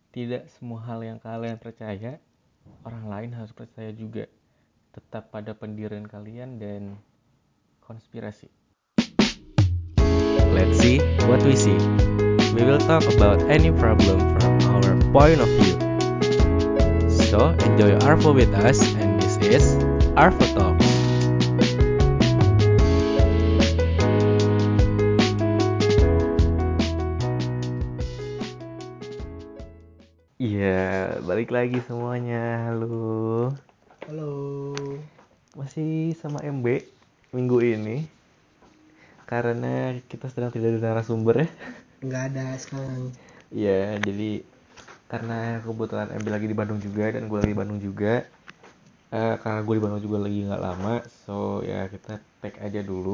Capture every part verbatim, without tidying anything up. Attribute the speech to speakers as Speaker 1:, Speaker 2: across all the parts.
Speaker 1: Tidak semua hal yang kalian percaya, orang lain harus percaya juga. Tetap pada pendirian kalian dan konspirasi. Let's see what we see. We will talk about any problem from our point of view. So, enjoy Arvo with us, and this is Arvo Talk. Iya, balik lagi semuanya. Halo.
Speaker 2: Halo.
Speaker 1: Masih sama M B minggu ini. Karena kita sedang tidak ada narasumber ya.
Speaker 2: Nggak ada sekarang.
Speaker 1: Iya, jadi karena kebetulan M B lagi di Bandung juga dan gue lagi di Bandung juga. Uh, karena gue di Bandung juga lagi nggak lama, so ya kita tag aja dulu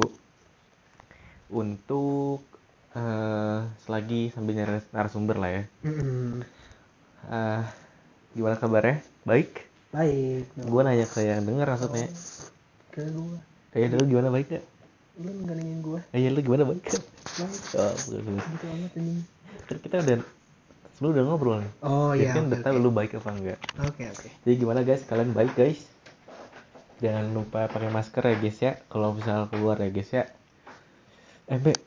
Speaker 1: untuk uh, selagi sambil nyari narasumber lah ya.
Speaker 2: Mm-mm.
Speaker 1: Uh, gimana kabarnya? Baik?
Speaker 2: Baik.
Speaker 1: Gue nanya ke yang denger maksudnya.
Speaker 2: Ke gua.
Speaker 1: Eh, lu gimana baik gak?
Speaker 2: Lu nggak nanyain gua.
Speaker 1: Eh, ya lu gimana baik gak?
Speaker 2: Baik.
Speaker 1: Oh, bagus.
Speaker 2: Gitu amat ini.
Speaker 1: Kan kita udah lu udah ngobrol nih.
Speaker 2: Oh
Speaker 1: Jadi
Speaker 2: iya.
Speaker 1: kan
Speaker 2: Oke
Speaker 1: udah tahu
Speaker 2: oke.
Speaker 1: lu baik apa enggak.
Speaker 2: Oke oke.
Speaker 1: Jadi gimana guys? Kalian baik guys? Jangan lupa pakai masker ya guys ya. Kalau misal keluar ya guys ya. Eh, Be.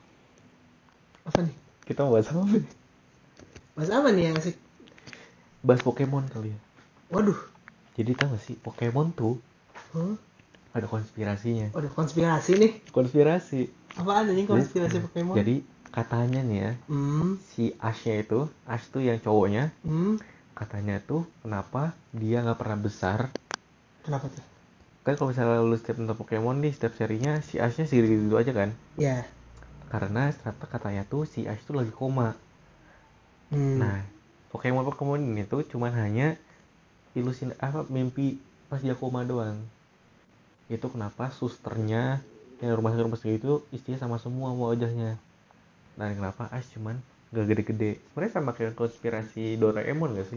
Speaker 2: Apa nih?
Speaker 1: Kita mau bahas apa nih?
Speaker 2: Mas apa nih yang asik?
Speaker 1: Bahas Pokemon kali ya.
Speaker 2: Waduh.
Speaker 1: Jadi tau gak sih, Pokemon tuh
Speaker 2: Huh?
Speaker 1: ada konspirasinya.
Speaker 2: Waduh, konspirasi nih.
Speaker 1: Konspirasi.
Speaker 2: Apaan nih konspirasi
Speaker 1: Jadi,
Speaker 2: Pokemon?
Speaker 1: Jadi katanya nih ya,
Speaker 2: Hmm.
Speaker 1: si Ashnya itu, Ash tuh yang cowoknya,
Speaker 2: Hmm.
Speaker 1: katanya tuh kenapa dia nggak pernah besar.
Speaker 2: Kenapa tuh?
Speaker 1: Kan kalau misalnya lu setiap nonton Pokemon nih, setiap serinya si Ashnya segitu-gitu aja kan.
Speaker 2: Ya.
Speaker 1: Karena ternyata katanya tuh si Ash tuh lagi koma.
Speaker 2: Hmm.
Speaker 1: Nah, Pokemon-Pokemon ini tuh cuman hanya ilusi apa mimpi pas dia koma doang. Itu kenapa susternya yang rumah sakit rumah sakit itu istrinya sama semua wajahnya. Nah, kenapa Ash cuman gak gede-gede. Sebenarnya sama kayak konspirasi Doraemon gak sih?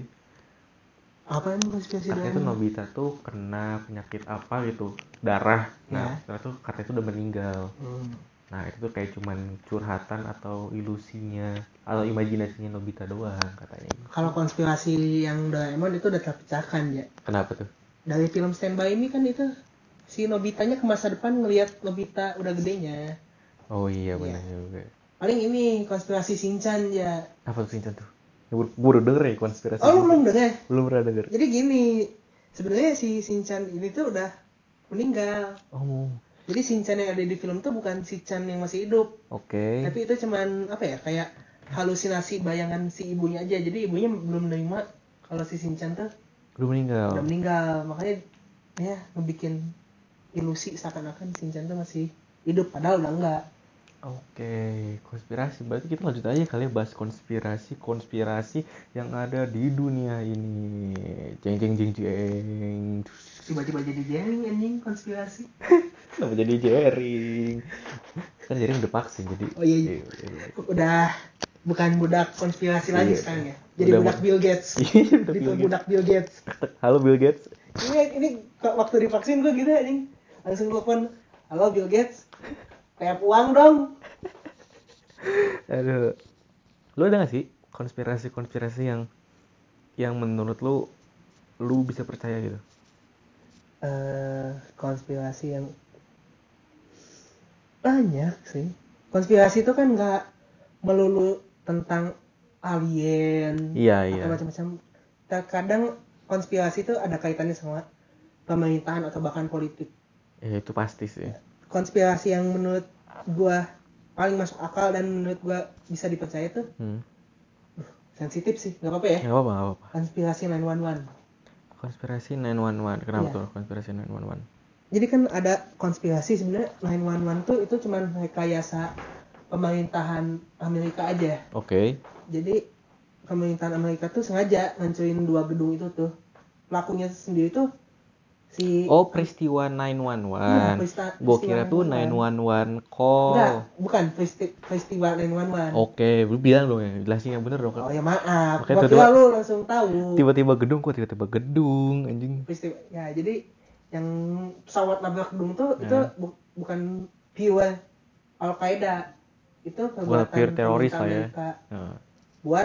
Speaker 2: Apa emang konspirasi
Speaker 1: Katanya tuh
Speaker 2: Doraemon?
Speaker 1: Nobita tuh kena penyakit apa gitu, darah. Nah,
Speaker 2: Ya.
Speaker 1: setelah tuh katanya tuh udah meninggal.
Speaker 2: Hmm.
Speaker 1: Nah, itu tuh kayak cuman curhatan atau ilusinya atau imajinasinya Nobita doang katanya.
Speaker 2: Kalau konspirasi yang Doraemon itu udah terpecahkan ya.
Speaker 1: Kenapa tuh?
Speaker 2: Dari film Stand By Me kan itu si Nobitanya ke masa depan ngelihat Nobita udah gedenya.
Speaker 1: Oh iya,
Speaker 2: Iya.
Speaker 1: benar juga.
Speaker 2: Paling ini konspirasi Shinchan ya.
Speaker 1: Apa tuh Shinchan tuh? Gue baru denger ya konspirasi
Speaker 2: Oh, lu
Speaker 1: Shinchan.
Speaker 2: belum denger?
Speaker 1: Belum pernah denger.
Speaker 2: Jadi gini, sebenarnya si Shinchan ini tuh udah meninggal.
Speaker 1: Oh,
Speaker 2: Jadi Shinchan yang ada di film tuh bukan Shinchan yang masih hidup.
Speaker 1: oke.
Speaker 2: Tapi itu cuman apa ya? Kayak halusinasi bayangan si ibunya aja. Jadi ibunya belum menerima kalau si Shinchan tuh
Speaker 1: Udah meninggal.
Speaker 2: udah meninggal. Makanya ya ngebikin ilusi seakan-akan Shinchan tuh masih hidup padahal udah enggak.
Speaker 1: Oke, konspirasi. Berarti kita lanjut aja kali ya bahas konspirasi-konspirasi yang ada di dunia ini. Jeng jeng jeng jeng.
Speaker 2: Tiba-tiba jadi jaring anjing konspirasi.
Speaker 1: Kenapa jadi jering? Kan jering udah vaksin jadi.
Speaker 2: Oh iya, iya.
Speaker 1: Iya, iya.
Speaker 2: Udah bukan budak konspirasi lagi
Speaker 1: Iya.
Speaker 2: sekarang ya. Jadi
Speaker 1: Udah
Speaker 2: budak
Speaker 1: mau-
Speaker 2: Bill Gates.
Speaker 1: Iya, udah Bill Gates.
Speaker 2: Budak Bill Gates.
Speaker 1: Halo Bill Gates.
Speaker 2: Ini ini waktu divaksin gue gitu anjing. Langsung telepon, "Halo Bill Gates. Kayak uang dong."
Speaker 1: Aduh. Lu ada gak sih konspirasi-konspirasi yang yang menurut lu lu bisa percaya gitu?
Speaker 2: Eh, konspirasi yang banyak sih. Konspirasi itu kan nggak melulu tentang alien
Speaker 1: Iya,
Speaker 2: atau
Speaker 1: iya.
Speaker 2: macam-macam. Terkadang konspirasi itu ada kaitannya sama pemerintahan atau bahkan politik.
Speaker 1: Ya itu pasti sih.
Speaker 2: Ya, konspirasi yang menurut gua paling masuk akal dan menurut gua bisa dipercaya tuh
Speaker 1: Hmm.
Speaker 2: sensitif sih, nggak apa-apa ya.
Speaker 1: Gak apa-apa, gak apa-apa.
Speaker 2: Konspirasi sembilan satu satu.
Speaker 1: Konspirasi sembilan satu satu. Kenapa
Speaker 2: Iya.
Speaker 1: tuh konspirasi sembilan satu satu?
Speaker 2: Jadi kan ada konspirasi sebenarnya sembilan satu satu tuh itu cuman rekayasa pemerintahan Amerika aja.
Speaker 1: Oke. Okay.
Speaker 2: Jadi pemerintahan Amerika tuh sengaja ngancurin dua gedung itu tuh. Pelakunya sendiri tuh si
Speaker 1: Oh, peristiwa sembilan satu satu.
Speaker 2: Iya, peristiwa,
Speaker 1: Gua kira tuh sembilan satu satu call.
Speaker 2: Enggak, bukan peristiwa, peristiwa sembilan satu satu.
Speaker 1: Oke, lu bilang dong ya, jelasin yang bener dong.
Speaker 2: Oh ya maaf,
Speaker 1: Makanya
Speaker 2: gua
Speaker 1: tiba-tiba,
Speaker 2: kira lu langsung tahu.
Speaker 1: tiba-tiba gedung, kok tiba-tiba gedung, anjing.
Speaker 2: Peristiwa, ya jadi yang pesawat nabrak gedung tuh
Speaker 1: Ya.
Speaker 2: itu bu- bukan pure Al Qaeda, itu
Speaker 1: Bukan pure
Speaker 2: perbuatan
Speaker 1: teroris
Speaker 2: pemerintah
Speaker 1: lah ya.
Speaker 2: Amerika
Speaker 1: Ya.
Speaker 2: buat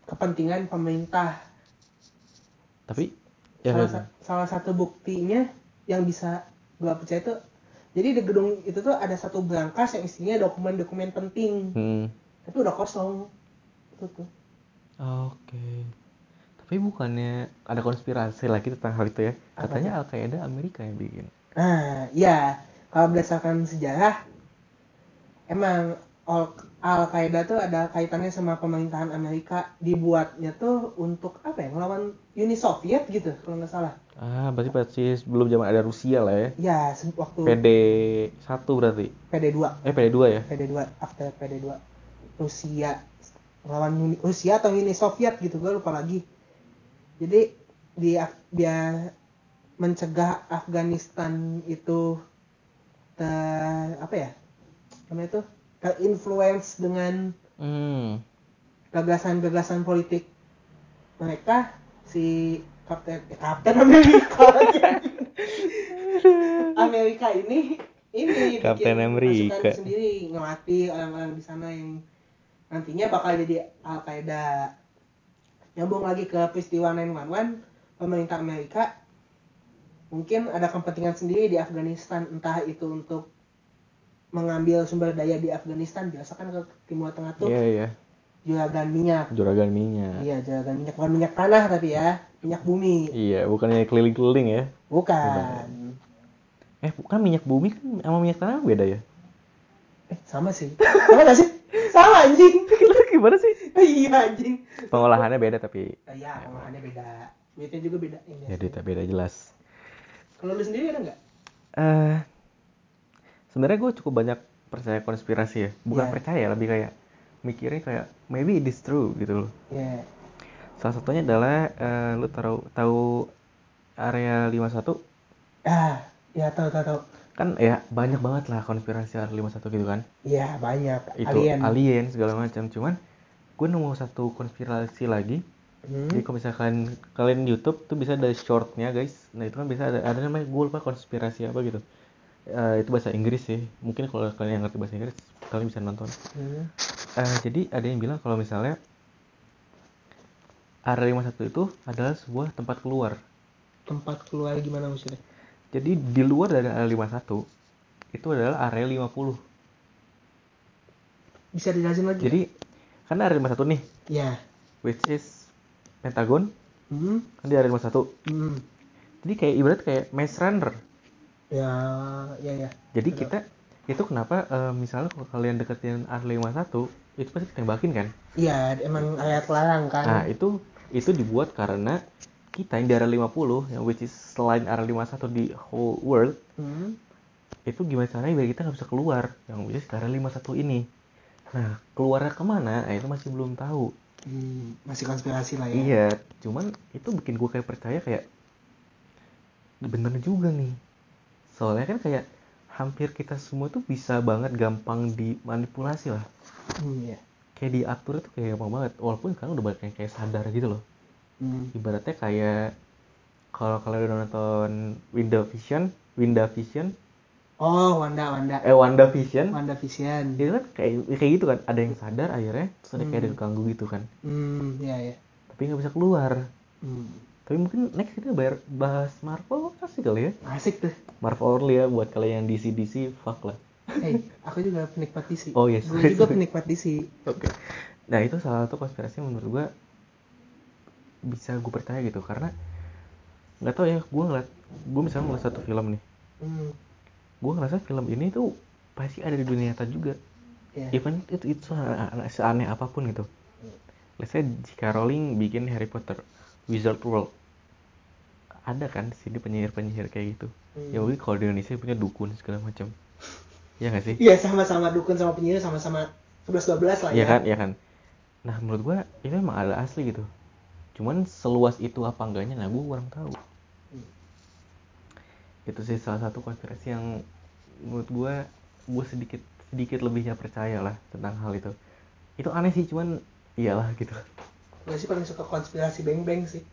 Speaker 2: kepentingan pemerintah.
Speaker 1: Tapi ya
Speaker 2: salah,
Speaker 1: kan.
Speaker 2: sa- salah satu buktinya yang bisa gue percaya itu, jadi di gedung itu tuh ada satu brankas yang isinya dokumen-dokumen penting,
Speaker 1: Hmm.
Speaker 2: tapi udah kosong itu tuh.
Speaker 1: Oke. Tapi bukannya ada konspirasi lagi tentang hal itu ya?
Speaker 2: Apa
Speaker 1: Katanya Al-Qaeda Amerika yang bikin.
Speaker 2: Nah, iya, kalau berdasarkan sejarah, emang Al- Al-Qaeda tuh ada kaitannya sama pemerintahan Amerika. Dibuatnya tuh untuk apa ya? Melawan Uni Soviet gitu, kalau nggak salah.
Speaker 1: Ah, berarti berarti sebelum zaman ada Rusia lah ya.
Speaker 2: Ya, se- waktu
Speaker 1: P D satu berarti.
Speaker 2: P D dua.
Speaker 1: Eh P D dua ya?
Speaker 2: P D dua, after P D dua. Rusia melawan Uni, Rusia atau Uni Soviet gitu, gue lupa lagi. Jadi dia dia mencegah Afghanistan itu ter apa ya? Namanya tuh terinfluence dengan
Speaker 1: Hmm.
Speaker 2: gagasan-gagasan politik mereka. Si Kapten eh, Kapten Amerika Amerika ini ini
Speaker 1: Kapten
Speaker 2: bikin
Speaker 1: Amerika.
Speaker 2: pasukan sendiri, ngelatih orang-orang di sana yang nantinya bakal jadi Al-Qaeda. Nyambung lagi ke peristiwa nine one one, pemerintah Amerika mungkin ada kepentingan sendiri di Afghanistan, entah itu untuk mengambil sumber daya di Afghanistan. Biasa kan ke Timur Tengah tuh
Speaker 1: Iya, iya.
Speaker 2: juragan minyak.
Speaker 1: Juragan minyak.
Speaker 2: Iya, juragan minyak, bukan minyak tanah tapi ya, minyak bumi.
Speaker 1: Iya, bukannya keliling-keliling ya?
Speaker 2: Bukan.
Speaker 1: Eh, bukan minyak bumi kan sama minyak tanah beda ya?
Speaker 2: Eh, sama sih. Sama gak sih? Sama anjing.
Speaker 1: Gimana sih?
Speaker 2: Iya anjing.
Speaker 1: Pengolahannya beda tapi.
Speaker 2: Iya, pengolahannya beda. Duitnya juga beda.
Speaker 1: Ya, duitnya beda jelas.
Speaker 2: Kalau lu sendiri ada nggak?
Speaker 1: Eh, sebenarnya gue cukup banyak percaya konspirasi ya. Bukan
Speaker 2: Yeah.
Speaker 1: percaya, lebih kayak mikirnya kayak maybe it is true gitu loh.
Speaker 2: Iya. Yeah.
Speaker 1: Salah satunya adalah eh, lu tahu tahu area lima puluh satu?
Speaker 2: Ah, ya tahu tahu tahu.
Speaker 1: Kan ya banyak banget lah konspirasi area lima puluh satu gitu kan.
Speaker 2: Iya, banyak.
Speaker 1: Itu
Speaker 2: Alien.
Speaker 1: alien segala macam. Cuman gue nemu satu konspirasi lagi.
Speaker 2: Hmm.
Speaker 1: Jadi kalau misalkan kalian YouTube tuh bisa ada shortnya guys. Nah itu kan bisa ada ada namanya, gue lupa konspirasi apa gitu. Uh, itu bahasa Inggris sih. Mungkin kalau kalian yang ngerti bahasa Inggris kalian bisa nonton.
Speaker 2: Hmm.
Speaker 1: Uh, jadi ada yang bilang kalau misalnya area lima puluh satu itu adalah sebuah tempat keluar.
Speaker 2: Tempat keluar gimana maksudnya?
Speaker 1: Jadi di luar dari area lima puluh satu itu adalah area lima puluh.
Speaker 2: Bisa dijelasin lagi?
Speaker 1: Jadi ya? Kan area lima puluh satu nih.
Speaker 2: Ya. Yeah.
Speaker 1: Which is Pentagon.
Speaker 2: Hmm.
Speaker 1: Kan di area lima puluh satu.
Speaker 2: Hmm.
Speaker 1: Jadi kayak ibarat kayak Maze Runner.
Speaker 2: Ya, ya ya.
Speaker 1: Jadi
Speaker 2: Betul.
Speaker 1: kita itu kenapa uh, misalnya kalau kalian deketin area lima puluh satu itu pasti tembakin kan?
Speaker 2: Iya, emang area terlarang kan.
Speaker 1: Nah, itu itu dibuat karena kita yang di area lima puluh yang which is selain area lima puluh satu di whole world,
Speaker 2: Hmm.
Speaker 1: itu gimana caranya biar kita nggak bisa keluar yang which is area lima puluh satu ini. Nah, keluarnya kemana? Nah, itu masih belum tahu.
Speaker 2: Hmm, masih konspirasi lah ya.
Speaker 1: Iya, cuman itu bikin gue kayak percaya kayak bener juga nih. Soalnya kan kayak hampir kita semua tuh bisa banget gampang dimanipulasi lah.
Speaker 2: Hmm, ya.
Speaker 1: Kayak diatur itu kayak gampang banget. Walaupun sekarang udah banyak yang kayak sadar gitu loh.
Speaker 2: Hmm.
Speaker 1: Ibaratnya kayak kalau kalian udah nonton WandaVision, WandaVision,
Speaker 2: Oh, Wanda, Wanda.
Speaker 1: eh WandaVision,
Speaker 2: WandaVision.
Speaker 1: itu kan kayak kayak gitu kan, ada yang sadar akhirnya, terus ada kayak ada
Speaker 2: Hmm.
Speaker 1: keganggu gitu kan,
Speaker 2: Hmm, ya ya.
Speaker 1: tapi nggak bisa keluar.
Speaker 2: Hmm.
Speaker 1: Tapi mungkin next kita bayar bahas Marvel asik kali ya.
Speaker 2: Asik tuh.
Speaker 1: Marvel only ya buat kalian yang D C D C fuck lah.
Speaker 2: Hey, aku juga penikmat D C.
Speaker 1: Oh yes.
Speaker 2: Gue juga penikmat D C.
Speaker 1: Oke. Okay. Nah itu salah satu konspirasi yang menurut gue bisa gue percaya gitu karena nggak tahu ya, gue ngeliat gue misalnya ngeliat satu film nih,
Speaker 2: Hmm.
Speaker 1: gue ngerasa film ini tuh pasti ada di dunia nyata juga.
Speaker 2: Yeah.
Speaker 1: Even itu itu seaneh apapun gitu. Let's say J K Rowling bikin Harry Potter, Wizard World, ada kan di sini penyihir-penyihir kayak gitu. Hmm. Ya mungkin kalau di Indonesia punya dukun segala macam. Ya nggak sih?
Speaker 2: Iya, sama-sama dukun sama penyihir sama-sama sebelas dua belas lah ya.
Speaker 1: Iya kan, iya kan. Nah menurut gue itu emang ada asli gitu. Cuman seluas itu apa enggaknya, nah gue kurang tahu. Hmm. Itu sih salah satu konspirasi yang menurut gue gue sedikit sedikit lebihnya percaya lah tentang hal itu. Itu aneh sih, cuman iyalah gitu.
Speaker 2: Gue sih paling suka konspirasi beng-beng sih.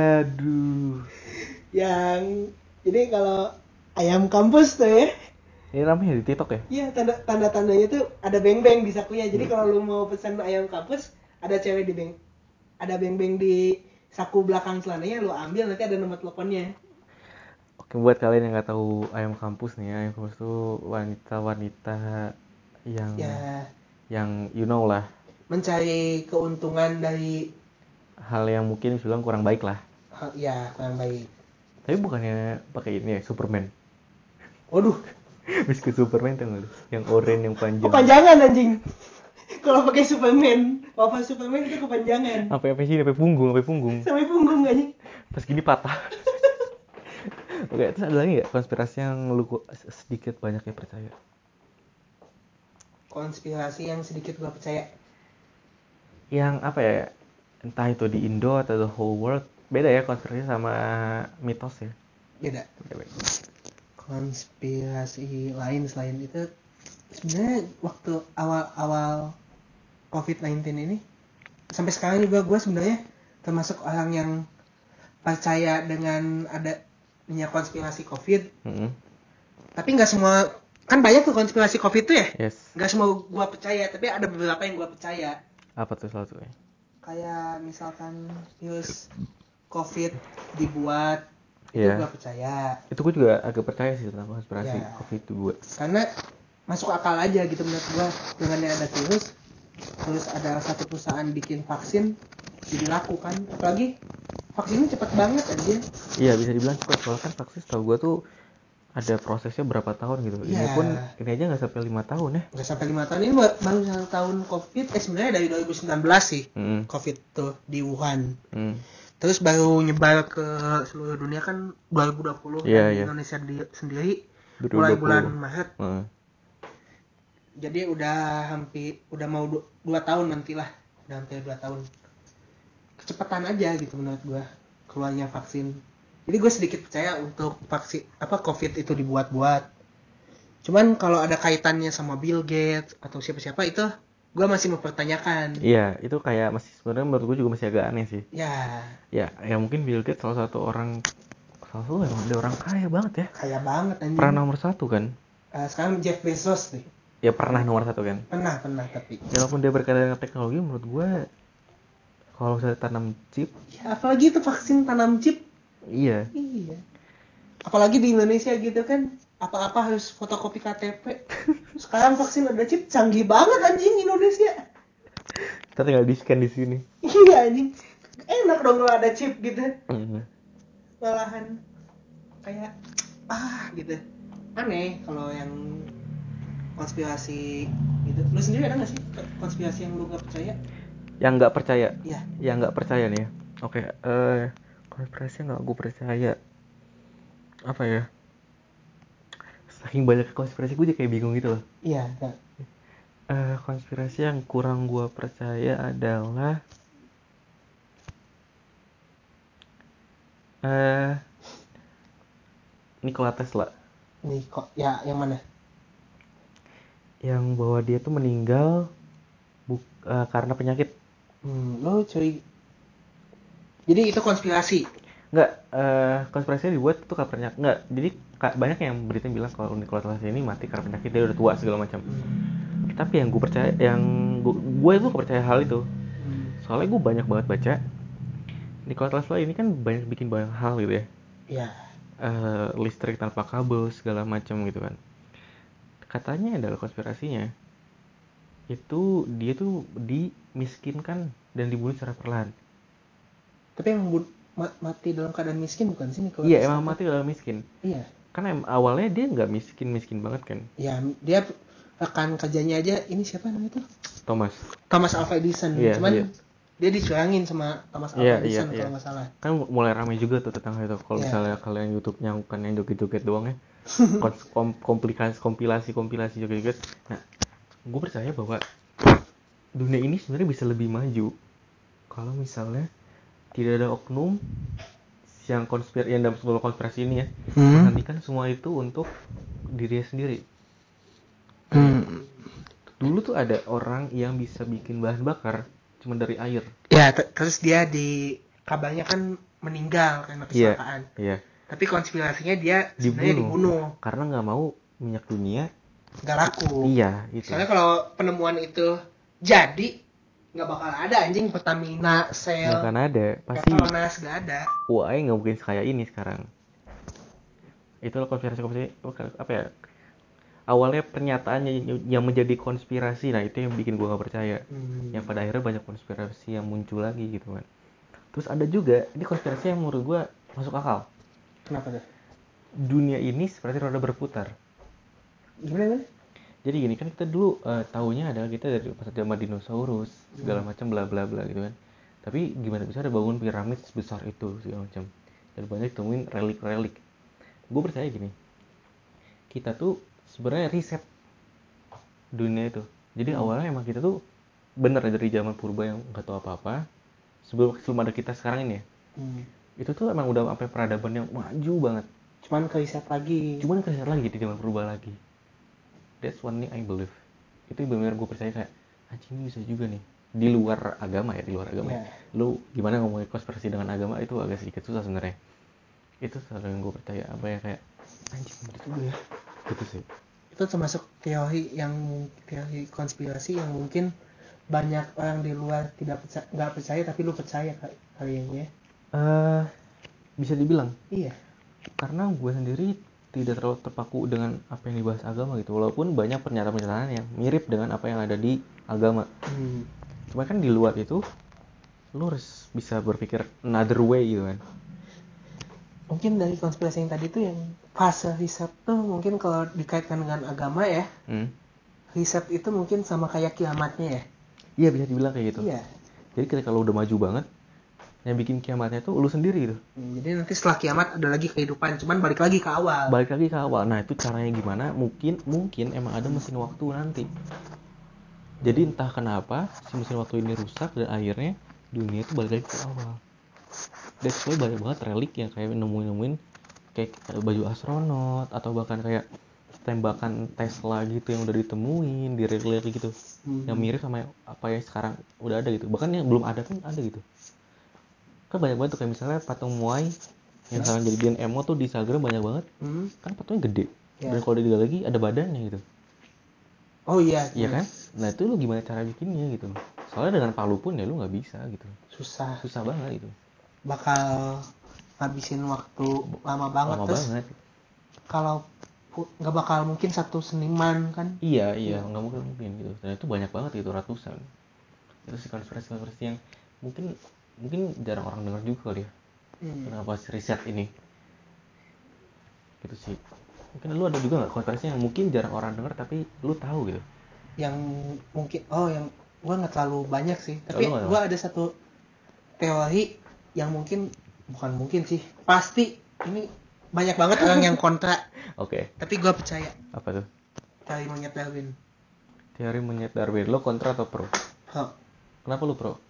Speaker 1: Aduh.
Speaker 2: Yang jadi kalau ayam kampus tuh ya,
Speaker 1: Ini ramai di TikTok ya?
Speaker 2: Iya, tanda tanda tandanya tuh ada beng-beng di sakunya. Jadi kalau lu mau pesan ayam kampus, ada cewek di beng, ada beng-beng di saku belakang celananya, lu ambil nanti ada nomor teleponnya.
Speaker 1: Oke, buat kalian yang nggak tahu ayam kampus nih, ayam kampus tuh wanita-wanita yang
Speaker 2: Ya,
Speaker 1: yang you know lah,
Speaker 2: mencari keuntungan dari
Speaker 1: hal yang mungkin bisa bilang kurang baik lah.
Speaker 2: hal- ya kurang baik.
Speaker 1: Tapi bukannya pakai ini ya, Superman.
Speaker 2: Waduh,
Speaker 1: Biskuit Superman tuh nggak lu? Yang oranye yang panjang.
Speaker 2: kepanjangan anjing. Kalau pakai Superman, Papa Superman itu kepanjangan.
Speaker 1: Sampai apa sih? Sampai punggung, sampai punggung.
Speaker 2: Sampai punggung anjing.
Speaker 1: Pas gini patah. Oke, terus ada lagi nggak konspirasi yang lu ku- sedikit banyak yang percaya?
Speaker 2: Konspirasi yang sedikit gua percaya.
Speaker 1: Yang apa ya? Entah itu di Indo atau the whole world, beda ya konspirasi sama mitos ya.
Speaker 2: Beda.
Speaker 1: Beda-beda.
Speaker 2: Konspirasi lain selain itu, sebenarnya waktu awal-awal covid sembilan belas ini sampai sekarang juga gue sebenarnya termasuk orang yang percaya dengan adanya konspirasi covid.
Speaker 1: Mm-hmm.
Speaker 2: Tapi nggak semua, kan banyak tuh konspirasi covid tuh ya.
Speaker 1: Yes.
Speaker 2: Nggak semua gue percaya, tapi ada beberapa yang gue percaya.
Speaker 1: Apa tuh salah satunya?
Speaker 2: Kayak misalkan virus covid dibuat, itu
Speaker 1: Iya.
Speaker 2: gue percaya.
Speaker 1: Itu gue juga agak percaya sih tentang konspirasi
Speaker 2: Ya.
Speaker 1: covid itu gue.
Speaker 2: Karena masuk akal aja gitu menurut gue, dengan ada virus terus ada satu perusahaan bikin vaksin jadi laku kan, apalagi vaksinnya cepat banget aja.
Speaker 1: Iya, bisa dibilang cepat, soalnya kan vaksin setahu gue tuh ada prosesnya berapa tahun gitu.
Speaker 2: Iya.
Speaker 1: Ini pun ini aja nggak sampai lima tahun ya.
Speaker 2: Nggak sampai lima tahun, ini ba- baru satu tahun covid, eh sebenarnya dari dua ribu sembilan belas sih
Speaker 1: Mm.
Speaker 2: covid tuh di Wuhan.
Speaker 1: Mm.
Speaker 2: Terus baru nyebar ke seluruh dunia kan dua ribu dua puluh,
Speaker 1: Iya,
Speaker 2: dan di
Speaker 1: iya.
Speaker 2: Indonesia di- sendiri
Speaker 1: dua ribu
Speaker 2: mulai
Speaker 1: dua puluh.
Speaker 2: bulan Maret.
Speaker 1: Mm.
Speaker 2: Jadi udah hampir, udah mau du- dua tahun nantilah, udah hampir dua tahun. Kecepatan aja gitu menurut gua keluarnya vaksin. Jadi gue sedikit percaya untuk vaksin apa covid itu dibuat-buat. Cuman kalau ada kaitannya sama Bill Gates atau siapa-siapa itu gue masih mempertanyakan.
Speaker 1: Iya, itu kayak masih sebenarnya menurut gue juga masih agak aneh sih.
Speaker 2: Ya,
Speaker 1: Ya, ya mungkin Bill Gates salah satu orang salah satu emang ada orang kaya banget ya.
Speaker 2: kaya banget anjing.
Speaker 1: Pernah nomor satu kan?
Speaker 2: Eh, sekarang Jeff Bezos nih.
Speaker 1: Ya pernah nomor satu kan.
Speaker 2: Pernah, pernah tapi.
Speaker 1: Ya, walaupun dia berkaitan dengan teknologi, menurut gue kalau misalnya tanam chip,
Speaker 2: Ya, apalagi itu vaksin tanam chip.
Speaker 1: iya.
Speaker 2: Iya. Apalagi di Indonesia gitu kan, apa-apa harus fotokopi K T P. Sekarang vaksin ada chip, canggih banget anjing Indonesia.
Speaker 1: Kita tinggal di scan di sini.
Speaker 2: Iya anjing. Enak dong kalau ada chip gitu.
Speaker 1: Mm.
Speaker 2: Malahan kayak ah gitu. Aneh kalau yang konspirasi gitu. Lu sendiri ada nggak sih konspirasi yang lu nggak percaya?
Speaker 1: Yang nggak percaya,
Speaker 2: Iya.
Speaker 1: yang nggak percaya nih ya. Oke, eh konspirasi nggak gue percaya. Apa ya? Saking banyak konspirasi gue jadi kayak bingung gitu loh.
Speaker 2: Iya. Nah.
Speaker 1: Eh konspirasi yang kurang gue percaya adalah eh Nikola Tesla.
Speaker 2: Nih kok ya yang mana?
Speaker 1: Yang bahwa dia tuh meninggal buk, eh, karena penyakit.
Speaker 2: Hmm, lo cuy. Jadi itu konspirasi.
Speaker 1: Nggak, eh konspirasinya dibuat tuh karena penyakit. Nggak, jadi ka- banyak yang berita bilang kalau Nikola Tesla ini mati karena penyakit, dia udah tua segala macam.
Speaker 2: Hmm.
Speaker 1: Tapi yang gue percaya, yang gue, gue itu percaya hal itu.
Speaker 2: Hmm.
Speaker 1: Soalnya gue banyak banget baca. Nikola Tesla ini kan banyak bikin banyak hal gitu ya.
Speaker 2: Iya.
Speaker 1: Eh, listrik tanpa kabel segala macam gitu kan. Katanya adalah konspirasinya itu dia tuh dimiskinkan dan dibunuh secara perlahan.
Speaker 2: Tapi yang bu- ma- mati dalam keadaan miskin bukan sih Nikola
Speaker 1: Iya,
Speaker 2: Tesla?
Speaker 1: emang mati dalam miskin.
Speaker 2: Iya.
Speaker 1: Karena em- awalnya dia nggak miskin miskin banget kan.
Speaker 2: Ya, dia rekan kerjanya aja ini siapa namanya tuh?
Speaker 1: Thomas.
Speaker 2: Thomas Alva Edison.
Speaker 1: Iya,
Speaker 2: Cuman
Speaker 1: iya.
Speaker 2: dia dicurangin sama Thomas Alva
Speaker 1: Iya,
Speaker 2: Edison
Speaker 1: iya,
Speaker 2: kalau
Speaker 1: iya.
Speaker 2: nggak salah.
Speaker 1: Kan mulai ramai juga tuh tentang itu. Kalau
Speaker 2: Iya.
Speaker 1: misalnya kalian YouTube-nya bukan yang joget-joget doang ya. Kons- kom- komplikasi kompilasi kompilasi joget-joget. Nah, gue percaya bahwa dunia ini sebenarnya bisa lebih maju kalau misalnya tidak ada oknum yang konspir yang dalam sebuah konspirasi ini ya
Speaker 2: Hmm.
Speaker 1: menghentikan semua itu untuk dirinya sendiri.
Speaker 2: Hmm.
Speaker 1: Dulu tuh ada orang yang bisa bikin bahan bakar cuma dari air.
Speaker 2: Ya, t- terus dia di kabarnya kan meninggal karena
Speaker 1: Iya,
Speaker 2: kecelakaan.
Speaker 1: iya.
Speaker 2: Tapi konspirasinya dia sebenarnya
Speaker 1: Dibunuh
Speaker 2: dibunuh.
Speaker 1: karena nggak mau minyak dunia
Speaker 2: nggak laku.
Speaker 1: iya itu.
Speaker 2: Soalnya kalau penemuan itu jadi nggak bakal ada anjing Pertamina, Shell,
Speaker 1: Nggak akan ada pasti.
Speaker 2: Petronas nggak ada.
Speaker 1: U A E nggak mungkin sekaya ini sekarang. Itu konspirasi-konspirasi apa ya, awalnya pernyataannya yang menjadi konspirasi, nah itu yang bikin gue nggak percaya.
Speaker 2: Hmm.
Speaker 1: Yang pada akhirnya banyak konspirasi yang muncul lagi gitu kan. Terus ada juga ini konspirasi yang menurut gue masuk akal.
Speaker 2: Kenapa tuh?
Speaker 1: Dunia ini seperti roda berputar.
Speaker 2: Gimana?
Speaker 1: Jadi gini kan, kita dulu uh, taunya adalah kita dari pas zaman dinosaurus segala macam bla bla bla gitu kan. Tapi gimana bisa ada bangun piramid sebesar itu segala macam. Dan banyak temuin relik-relik. Gue percaya gini, kita tuh sebenarnya riset dunia itu. Jadi
Speaker 2: Hmm.
Speaker 1: awalnya emang kita tuh bener dari zaman purba yang nggak tahu apa-apa, sebelum sebelum ada kita sekarang ini ya.
Speaker 2: Hmm.
Speaker 1: Itu tuh emang udah sampai peradaban yang maju banget.
Speaker 2: Cuman keriset lagi.
Speaker 1: Cuman keriset lagi di zaman purba lagi. That's one thing I believe. Itu benar-benar gue percaya kayak anjing ini bisa juga nih. Di luar agama ya, di luar agama.
Speaker 2: Yeah.
Speaker 1: Ya. Lu gimana ngomongin konspirasi dengan agama itu agak sedikit susah sebenarnya. Itu selalu yang gue percaya, apa ya, kayak anjing bener juga ya. Gitu sih.
Speaker 2: Itu termasuk teori yang teori konspirasi yang mungkin banyak orang di luar tidak percaya, nggak percaya tapi lu percaya kali ini ya.
Speaker 1: Uh, bisa dibilang.
Speaker 2: Iya.
Speaker 1: Karena gue sendiri tidak terlalu terpaku dengan apa yang dibahas agama gitu, walaupun banyak pernyataan-pernyataan yang mirip dengan apa yang ada di agama.
Speaker 2: Hmm.
Speaker 1: Cuma kan di luar itu lu harus bisa berpikir another way gitu kan.
Speaker 2: Mungkin dari konspirasi yang tadi tuh yang fase riset tuh mungkin kalau dikaitkan dengan agama ya,
Speaker 1: hmm.
Speaker 2: riset itu mungkin sama kayak kiamatnya ya.
Speaker 1: Iya bisa dibilang kayak gitu.
Speaker 2: Iya.
Speaker 1: Jadi ketika lu udah maju banget, yang bikin kiamatnya tuh lu sendiri gitu.
Speaker 2: Hmm, jadi nanti setelah kiamat ada lagi kehidupan, cuman balik lagi ke awal.
Speaker 1: Balik lagi ke awal. Nah itu caranya gimana? Mungkin mungkin emang ada mesin waktu nanti. Jadi entah kenapa si mesin waktu ini rusak dan akhirnya dunia itu balik lagi ke awal. That's why banyak banget relik yang kayak nemuin-nemuin kayak baju astronot atau bahkan kayak tembakan Tesla gitu yang udah ditemuin di relik-relik gitu. Hmm. Yang mirip sama apa yang sekarang udah ada gitu. Bahkan yang belum ada pun ada gitu. Kan banyak banget tuh kayak misalnya patung Moai yang sekarang jadiin emo tuh di Instagram banyak banget. Hmm. Kan patungnya gede. Yeah. Dan kalau digali lagi ada badannya gitu.
Speaker 2: Oh iya.
Speaker 1: Iya kan? Nah itu lu gimana cara bikinnya gitu. Soalnya dengan palu pun ya lu nggak bisa gitu.
Speaker 2: Susah.
Speaker 1: Susah banget itu.
Speaker 2: Bakal ngabisin waktu lama banget.
Speaker 1: Lama
Speaker 2: terus
Speaker 1: banget.
Speaker 2: Kalau nggak bakal mungkin satu seniman kan?
Speaker 1: Iya iya nggak mungkin mungkin gitu. Dan itu banyak banget gitu, ratusan. Itu sih konspirasi-konspirasi yang mungkin mungkin jarang orang dengar juga kali ya. Hmm. Kenapa riset ini? Gitu sih. Mungkin lu ada juga nggak konspirasi yang mungkin jarang orang dengar tapi lu tahu gitu?
Speaker 2: Yang mungkin oh yang gua nggak terlalu banyak sih. Tapi oh, gua ada satu teori yang mungkin bukan mungkin sih pasti ini banyak banget orang yang kontra.
Speaker 1: Oke. Okay.
Speaker 2: Tapi gua percaya.
Speaker 1: Apa tuh?
Speaker 2: Teori monyet Darwin.
Speaker 1: Teori monyet Darwin. Lo kontra atau pro?
Speaker 2: Pro.
Speaker 1: Kenapa lu pro?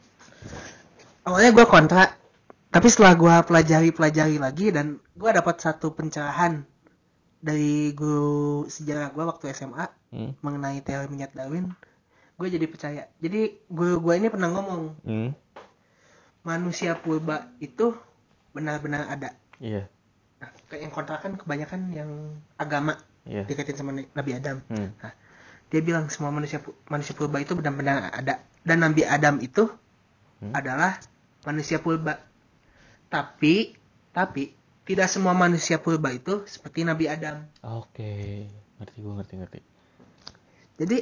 Speaker 2: Awalnya gue kontra, tapi setelah gue pelajari-pelajari lagi dan gue dapat satu pencerahan dari guru sejarah gue waktu S M A hmm. mengenai teori monyet Darwin, gue jadi percaya. Jadi guru gue ini pernah ngomong, hmm. manusia purba itu benar-benar ada. Iya. Yeah. Nah, kayak yang kontra kan kebanyakan yang agama yeah. dikaitin sama Nabi Adam. Hmm. Nah, dia bilang semua manusia manusia purba itu benar-benar ada, dan Nabi Adam itu hmm. adalah manusia purba. Tapi tapi tidak semua manusia purba itu seperti Nabi Adam.
Speaker 1: Oke, ngerti gue ngerti ngerti.
Speaker 2: Jadi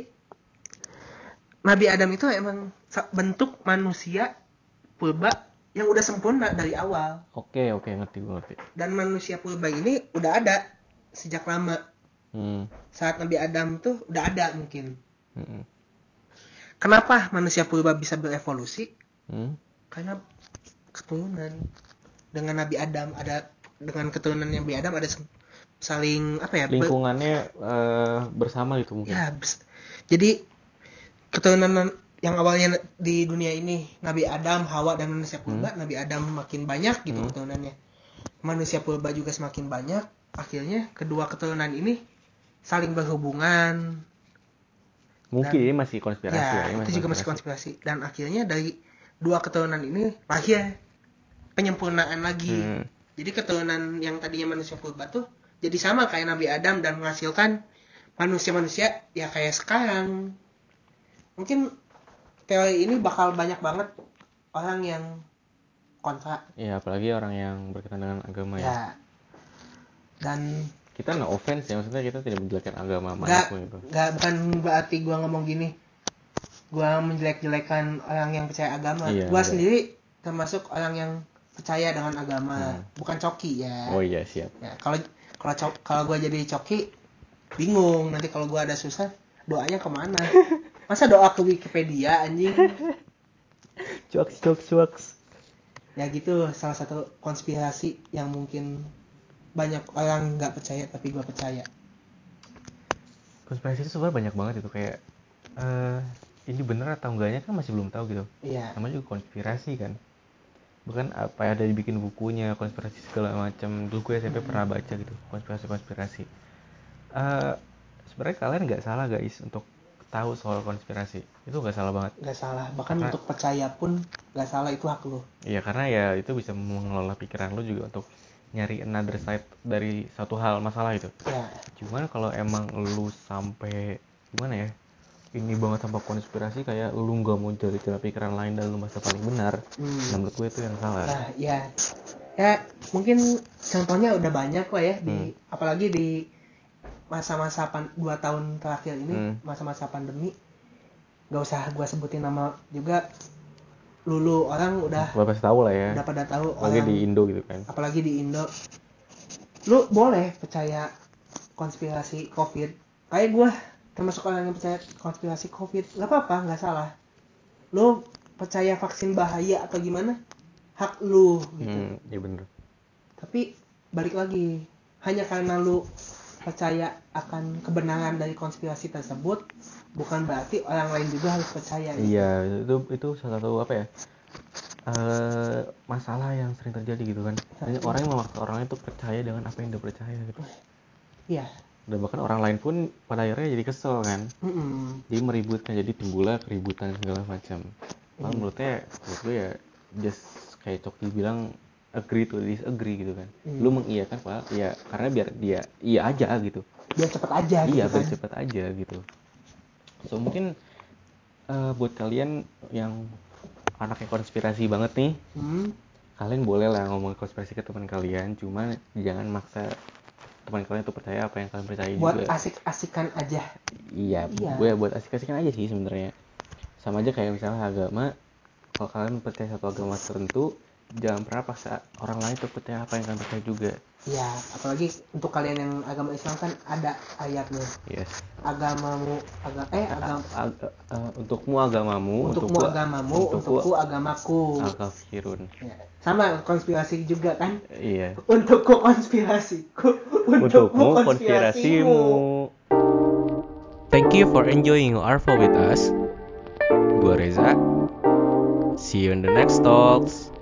Speaker 2: Nabi Adam itu emang bentuk manusia purba yang udah sempurna dari awal.
Speaker 1: Oke oke ngerti gue ngerti.
Speaker 2: Dan manusia purba ini udah ada sejak lama. Hmm. Saat Nabi Adam tuh udah ada mungkin. Hmm. Kenapa manusia purba bisa berevolusi? Hmm. Karena keturunan. Dengan Nabi Adam ada dengan keturunan Nabi Adam ada saling apa ya?
Speaker 1: Lingkungannya ber, uh, bersama gitu mungkin.
Speaker 2: Ya, jadi keturunan yang awalnya di dunia ini Nabi Adam, Hawa dan manusia purba, hmm. Nabi Adam makin banyak gitu hmm. keturunannya. Manusia purba juga semakin banyak. Akhirnya kedua keturunan ini saling berhubungan.
Speaker 1: Mungkin dan, masih konspirasi
Speaker 2: ya. Ya, itu
Speaker 1: masih
Speaker 2: juga masih konspirasi. Dan akhirnya dari dua keturunan ini lahir penyempurnaan lagi. Hmm. Jadi keturunan yang tadinya manusia purba tuh jadi sama kayak Nabi Adam dan menghasilkan manusia-manusia ya kayak sekarang. Mungkin teori ini bakal banyak banget orang yang kontra.
Speaker 1: Iya, apalagi orang yang berkaitan dengan agama ya.
Speaker 2: Ya. Dan
Speaker 1: Kita nggak offense ya, maksudnya kita tidak menjelekkan agama
Speaker 2: nggak
Speaker 1: manapun itu.
Speaker 2: nggak bukan berarti gue ngomong gini, gue menjelek-jelekan orang yang percaya agama.
Speaker 1: Iya,
Speaker 2: Gue
Speaker 1: enggak.
Speaker 2: sendiri termasuk orang yang percaya dengan agama,
Speaker 1: Hmm.
Speaker 2: bukan coki ya.
Speaker 1: Oh iya, siap.
Speaker 2: Ya, kalau kalau co- kalau gue jadi coki, bingung nanti kalau gue ada susah doanya kemana? Masa doa ke Wikipedia anjing?
Speaker 1: Cuaks, cuaks, cuaks.
Speaker 2: Ya gitu, salah satu konspirasi yang mungkin banyak orang nggak percaya tapi gue percaya.
Speaker 1: Konspirasi itu sebenarnya banyak banget itu, kayak eh ini bener atau enggaknya kan masih belum tahu gitu.
Speaker 2: Iya.
Speaker 1: Sama juga konspirasi kan. Bukan apa yang ada dibikin bukunya, konspirasi segala macam. Dulu gue S M P pernah baca gitu, konspirasi-konspirasi. Eh sebenarnya kalian nggak salah guys untuk tahu soal konspirasi. Itu nggak salah banget.
Speaker 2: Nggak salah, bahkan
Speaker 1: Karena-
Speaker 2: untuk percaya pun nggak salah, itu hak lo.
Speaker 1: Iya, karena ya itu bisa mengelola pikiran lu juga untuk nyari another side dari satu hal masalah itu.
Speaker 2: Ya.
Speaker 1: Cuman kalau emang lu sampai gimana ya, ini banget sampai konspirasi kayak lu nggak mau cari cara pikiran lain dan lu merasa paling benar,
Speaker 2: Hmm.
Speaker 1: nah menurut gue itu yang salah.
Speaker 2: Nah, ya, ya mungkin contohnya udah banyak lah ya di,
Speaker 1: Hmm.
Speaker 2: apalagi di masa-masa pan, dua tahun terakhir ini,
Speaker 1: Hmm.
Speaker 2: masa-masa pandemi. Gak usah gua sebutin nama juga, lulu orang udah
Speaker 1: Gua pasti tahu lah ya,
Speaker 2: udah pada tahu
Speaker 1: apalagi
Speaker 2: orang,
Speaker 1: di Indo gitu kan.
Speaker 2: apalagi di Indo. Lu boleh percaya konspirasi COVID, kayak gua termasuk orang yang percaya konspirasi COVID, nggak apa-apa, nggak salah. Lu percaya vaksin bahaya atau gimana, hak lu gitu.
Speaker 1: Hmm, iya bener.
Speaker 2: Tapi balik lagi, hanya karena lu percaya akan kebenaran dari konspirasi tersebut, bukan berarti orang lain juga harus percaya gitu.
Speaker 1: Iya, itu itu salah satu apa ya, eh masalah yang sering terjadi gitu kan. Banyak orang yang memaksa orang lain untuk percaya dengan apa yang dia percaya gitu.
Speaker 2: Iya.
Speaker 1: Dan bahkan orang lain pun pada akhirnya jadi kesel kan.
Speaker 2: Mm-mm.
Speaker 1: Jadi meributkan, jadi timbullah keributan segala macam. Kalau
Speaker 2: Iya.
Speaker 1: menurutnya, menurut gue ya just kayak Coki bilang, agree to disagree gitu kan.
Speaker 2: Hmm.
Speaker 1: Lu mengiyakan Pak, ya karena biar dia iya aja gitu.
Speaker 2: Biar cepet aja
Speaker 1: Iya,
Speaker 2: gitu
Speaker 1: biar
Speaker 2: kan.
Speaker 1: cepet aja gitu. So mungkin eh, buat kalian yang anaknya konspirasi banget nih,
Speaker 2: Hmm.
Speaker 1: kalian boleh lah ngomong konspirasi ke teman kalian, cuma jangan maksa teman kalian untuk percaya apa yang kalian percaya
Speaker 2: Buat
Speaker 1: juga.
Speaker 2: asik-asikan aja.
Speaker 1: Iya,
Speaker 2: Iya.
Speaker 1: gue buat asik-asikan aja sih sebenarnya. Sama aja kayak misalnya agama, kalau kalian percaya satu agama tertentu, jangan pernah paksa orang lain untuk percaya apa yang kalian percaya juga.
Speaker 2: Iya, apalagi untuk kalian yang agama Islam kan ada ayatnya.
Speaker 1: Yes.
Speaker 2: Agamamu, agama eh agam
Speaker 1: Ag- uh, untukmu agamamu,
Speaker 2: untukmu agamamu, untukku agamaku.
Speaker 1: al-kafirun.
Speaker 2: Ya. Sama konspirasi juga kan?
Speaker 1: Iya.
Speaker 2: Untukku konspirasiku, untukmu
Speaker 1: Untukmu
Speaker 2: konspirasimu.
Speaker 1: Thank you for enjoying Arvo with us. Gua Reza. See you in the next talks.